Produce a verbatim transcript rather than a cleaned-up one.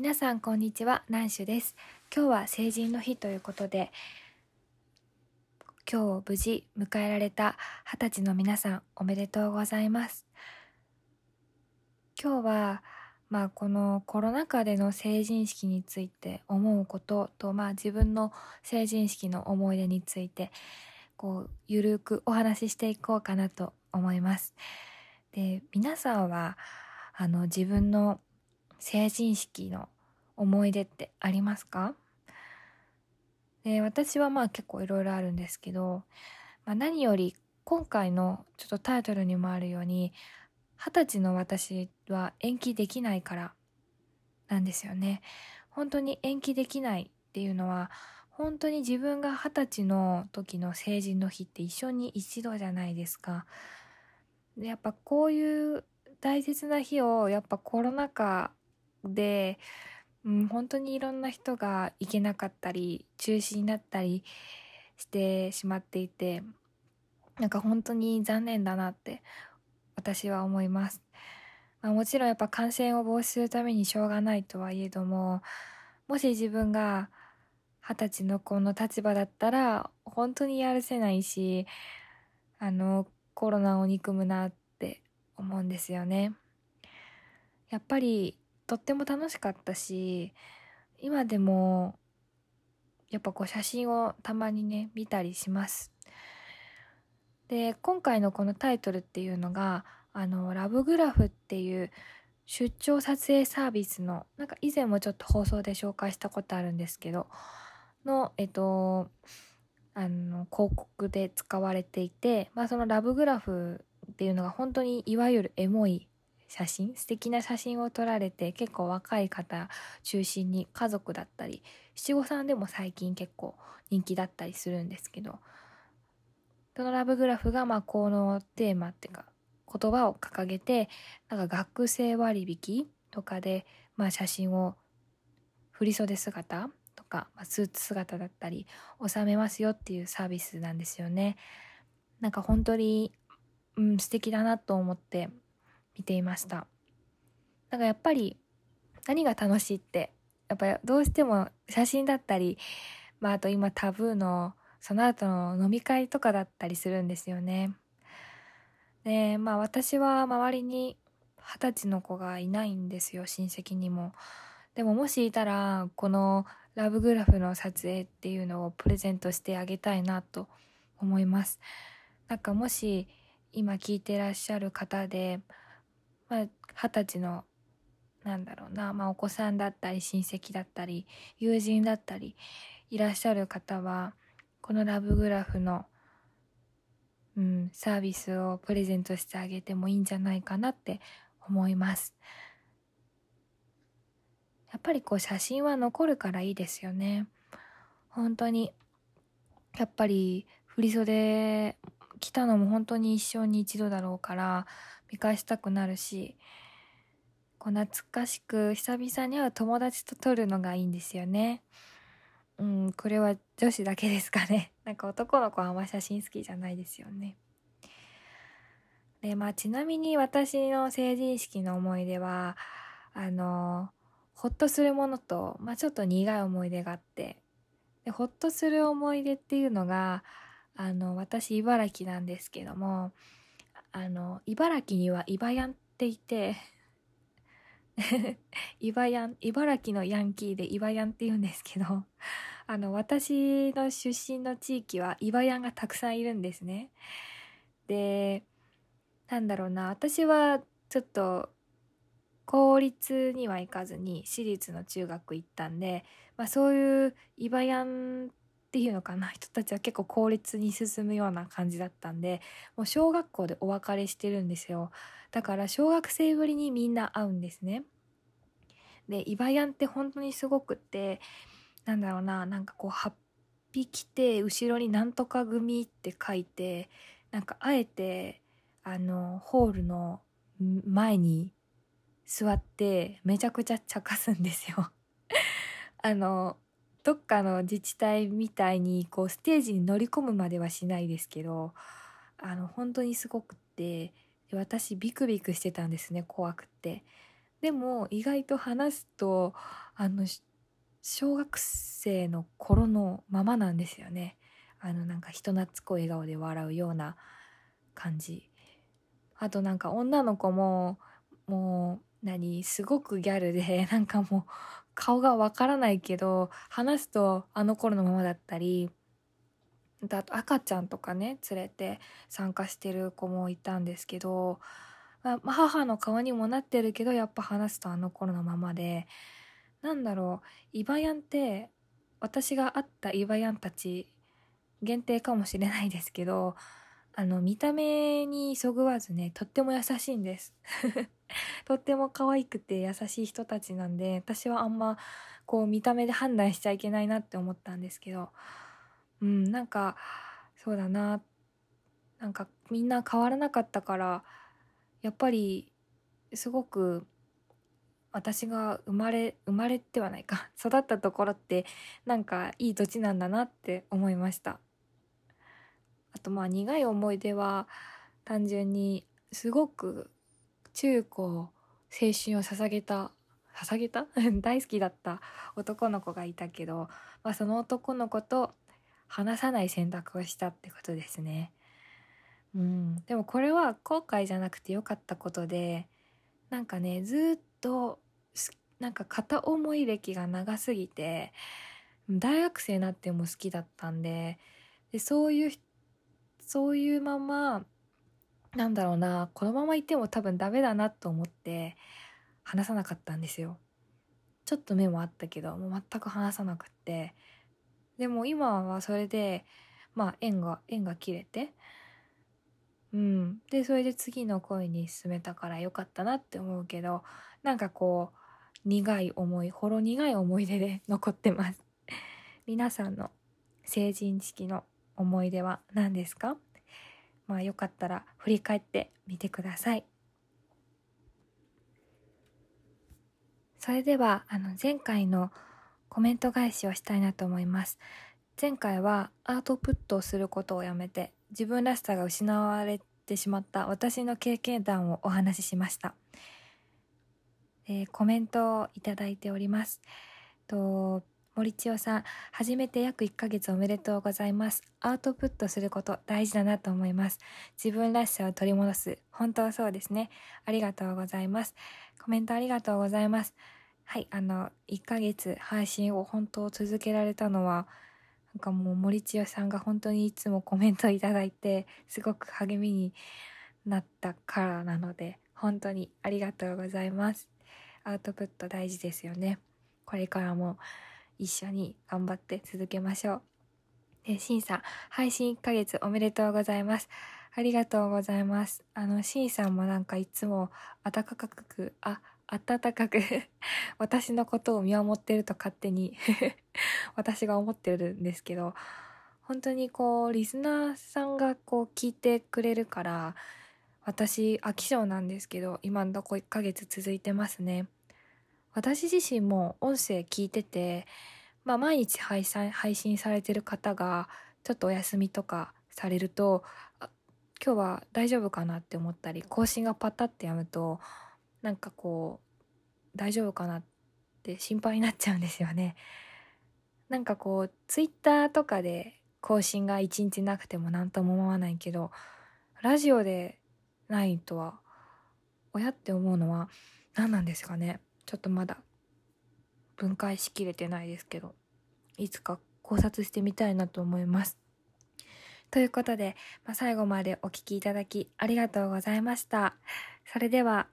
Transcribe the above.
皆さんこんにちは、南州です。今日は成人の日ということで、今日無事迎えられたはたちの皆さんおめでとうございます。今日はまあこのコロナ禍での成人式について思うことと、まあ自分の成人式の思い出についてこうゆるくお話ししていこうかなと思います。で、皆さんはあの自分の成人式の思い出ってありますか？で、私はまあ結構いろいろあるんですけど、まあ、何より今回のちょっとタイトルにもあるように、二十歳の私は延期できないからなんですよね。本当に延期できないっていうのは、本当に自分が二十歳の時の成人の日って一緒に一度じゃないですか。で、やっぱこういう大切な日をやっぱコロナ禍で、うん、本当にいろんな人が行けなかったり中止になったりしてしまっていて、なんか本当に残念だなって私は思います。まあ、もちろんやっぱ感染を防止するためにしょうがないとはいえども、もし自分が二十歳の子の立場だったら本当にやるせないし、あのコロナを憎むなって思うんですよね。やっぱりとっても楽しかったし、今でもやっぱこう写真をたまにね見たりします。で、今回のこのタイトルっていうのがあのラブグラフっていう出張撮影サービスの、なんか以前もちょっと放送で紹介したことあるんですけどのえっとあの広告で使われていて、まあ、そのラブグラフっていうのが本当にいわゆるエモい写真、素敵な写真を撮られて、結構若い方中心に家族だったり七五三でも最近結構人気だったりするんですけど、そのラブグラフがまあこのテーマっていうか言葉を掲げて、なんか学生割引とかでまあ写真を振袖姿とか、まあ、スーツ姿だったり収めますよっていうサービスなんですよね。なんか本当に、うん、素敵だなと思って見ていました。なんかやっぱり何が楽しいって、やっぱりどうしても写真だったり、まああと今タブーのその後の飲み会とかだったりするんですよね。で、まあ私は周りに二十歳の子がいないんですよ、親戚にも。でももしいたら、このラブグラフの撮影っていうのをプレゼントしてあげたいなと思います。なんかもし今聞いてらっしゃる方で、まあ二十歳のなんだろうな、まあお子さんだったり親戚だったり友人だったりいらっしゃる方は、このラブグラフのうん、サービスをプレゼントしてあげてもいいんじゃないかなって思います。やっぱりこう写真は残るからいいですよね。本当に、やっぱり振袖着たのも本当に一生に一度だろうから見返したくなるし、こう懐かしく久々に会う友達と撮るのがいいんですよね。うん、これは女子だけですかね。なんか男の子はあんま写真好きじゃないですよね。で、まあちなみに私の成人式の思い出は、あの、ほっとするものと、まあちょっと苦い思い出があって、で、ほっとする思い出っていうのが、あの、私茨城なんですけども、あの、茨城にはイバヤンっていて、イバヤン、茨城のヤンキーでイバヤンって言うんですけど、あの、私の出身の地域はイバヤンがたくさんいるんですね。で、なんだろうな、私はちょっと公立には行かずに私立の中学行ったんで、まあ、そういうイバヤンっていうのかな、人たちは結構公立に進むような感じだったんで、もう小学校でお別れしてるんですよ。だから小学生ぶりにみんな会うんですね。で、イバヤンって本当にすごくって、なんだろうな、なんかこうはっぴきて後ろになんとか組って書いて、なんかあえてあのホールの前に座ってめちゃくちゃ茶化すんですよ。あのどっかの自治体みたいにこうステージに乗り込むまではしないですけど、あの本当にすごくって、で私ビクビクしてたんですね、怖くって。 でも意外と話すとあの小学生の頃のままなんですよね。あのなんか人懐っこい笑顔で笑うような感じ。あとなんか女の子ももう何すごくギャルでなんかもう顔がわからないけど話すとあの頃のままだったり、あと赤ちゃんとかね連れて参加してる子もいたんですけど、まあ、母の顔にもなってるけどやっぱ話すとあの頃のままで、なんだろう、イバヤンって私が会ったイバヤンたち限定かもしれないですけど、あの見た目にそぐわずねとっても優しいんですとっても可愛くて優しい人たちなんで、私はあんまこう見た目で判断しちゃいけないなって思ったんですけど、うんなんかそうだな、なんかみんな変わらなかったからやっぱりすごく私が生まれ生まれてはないか育ったところってなんかいい土地なんだなって思いました。あとまあ苦い思い出は単純にすごく中高青春を捧げた捧げた大好きだった男の子がいたけど、まあ、その男の子と話さない選択をしたってことですね。うん、でもこれは後悔じゃなくてよかったことで、なんかねずっとなんか片思い歴が長すぎて大学生になっても好きだったんで、でそういうそういうままなんだろうな、このままいても多分ダメだなと思って話さなかったんですよ。ちょっと目もあったけどもう全く話さなくって、でも今はそれでまあ縁が縁が切れて、うんでそれで次の恋に進めたからよかったなって思うけど、なんかこう苦い思いほろ苦い思い出で残ってます。皆さんの成人式の思い出は何ですか？まあよかったら振り返ってみてください。それではあの前回のコメント返しをしたいなと思います。前回はアウトプットをすることをやめて自分らしさが失われてしまった私の経験談をお話ししました。えー、コメントをいただいております。と森千代さん、初めて約いっかげつおめでとうございます。アウトプットすること大事だなと思います。自分らしさを取り戻す。本当はそうですね。ありがとうございます。コメントありがとうございます。はい、あの、いっかげつ配信を本当続けられたのは、なんかもう森千代さんが本当にいつもコメントいただいて、すごく励みになったからなので、本当にありがとうございます。アウトプット大事ですよね。これからも一緒に頑張って続けましょう。で、しんさん、配信いっかげつおめでとうございます。ありがとうございます。あの、しんさんもなんかいつも温かく、あ、温かく私のことを見守ってると勝手に私が思ってるんですけど、本当にこう、リスナーさんがこう聞いてくれるから、私、飽き性なんですけど、今のとこいっかげつ続いてますね。私自身も音声聞いてて、まあ、毎日配信配信されてる方がちょっとお休みとかされると、あ、今日は大丈夫かなって思ったり、更新がパタってやむとなんかこう大丈夫かなって心配になっちゃうんですよね。なんかこうツイッターとかで更新が一日なくても何とも思わないけど、ラジオでないとは親って思うのは何なんですかね。ちょっとまだ分解しきれてないですけど、いつか考察してみたいなと思います。ということで、まあ、最後までお聞きいただきありがとうございました。それでは